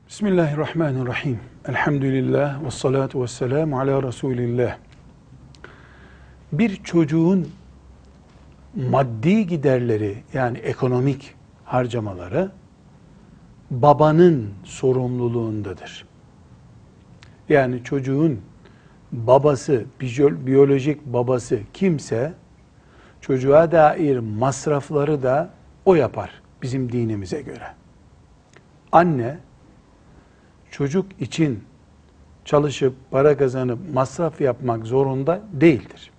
Bismillahirrahmanirrahim. Elhamdülillah ve salatu ve selamu ala Resulillah. Bir çocuğun maddi giderleri, yani ekonomik harcamaları babanın sorumluluğundadır. Yani çocuğun babası, biyolojik babası kimse çocuğa dair masrafları da o yapar bizim dinimize göre. Anne çocuk için çalışıp para kazanıp masraf yapmak zorunda değildir.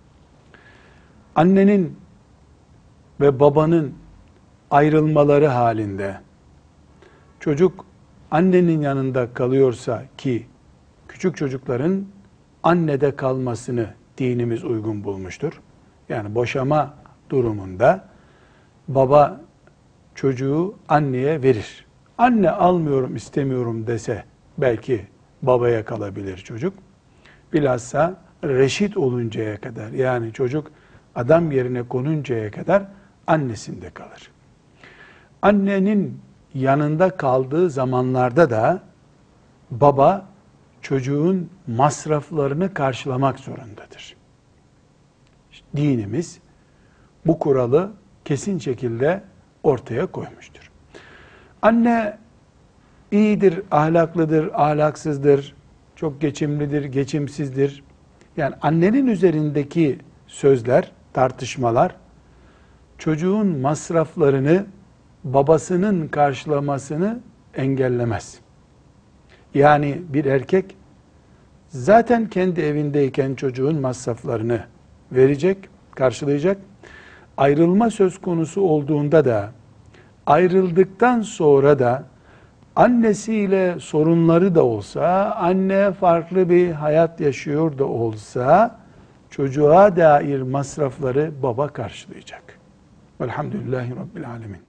Annenin ve babanın ayrılmaları halinde çocuk annenin yanında kalıyorsa, ki küçük çocukların annede kalmasını dinimiz uygun bulmuştur. Yani boşama durumunda baba çocuğu anneye verir. Anne almıyorum, istemiyorum dese belki babaya kalabilir çocuk. Bilhassa reşit oluncaya kadar, yani çocuk adam yerine konuncaya kadar annesinde kalır. Annenin yanında kaldığı zamanlarda da baba çocuğun masraflarını karşılamak zorundadır. Dinimiz bu kuralı kesin şekilde ortaya koymuştur. Anne iyidir, ahlaklıdır, ahlaksızdır, çok geçimlidir, geçimsizdir. Yani annenin üzerindeki sözler, tartışmalar çocuğun masraflarını babasının karşılamasını engellemez. Yani bir erkek zaten kendi evindeyken çocuğun masraflarını verecek, karşılayacak. Ayrılma söz konusu olduğunda da, ayrıldıktan sonra da annesiyle sorunları da olsa, anne farklı bir hayat yaşıyor da olsa, çocuğa dair masrafları baba karşılayacak. Velhamdülillahi Rabbil Alemin.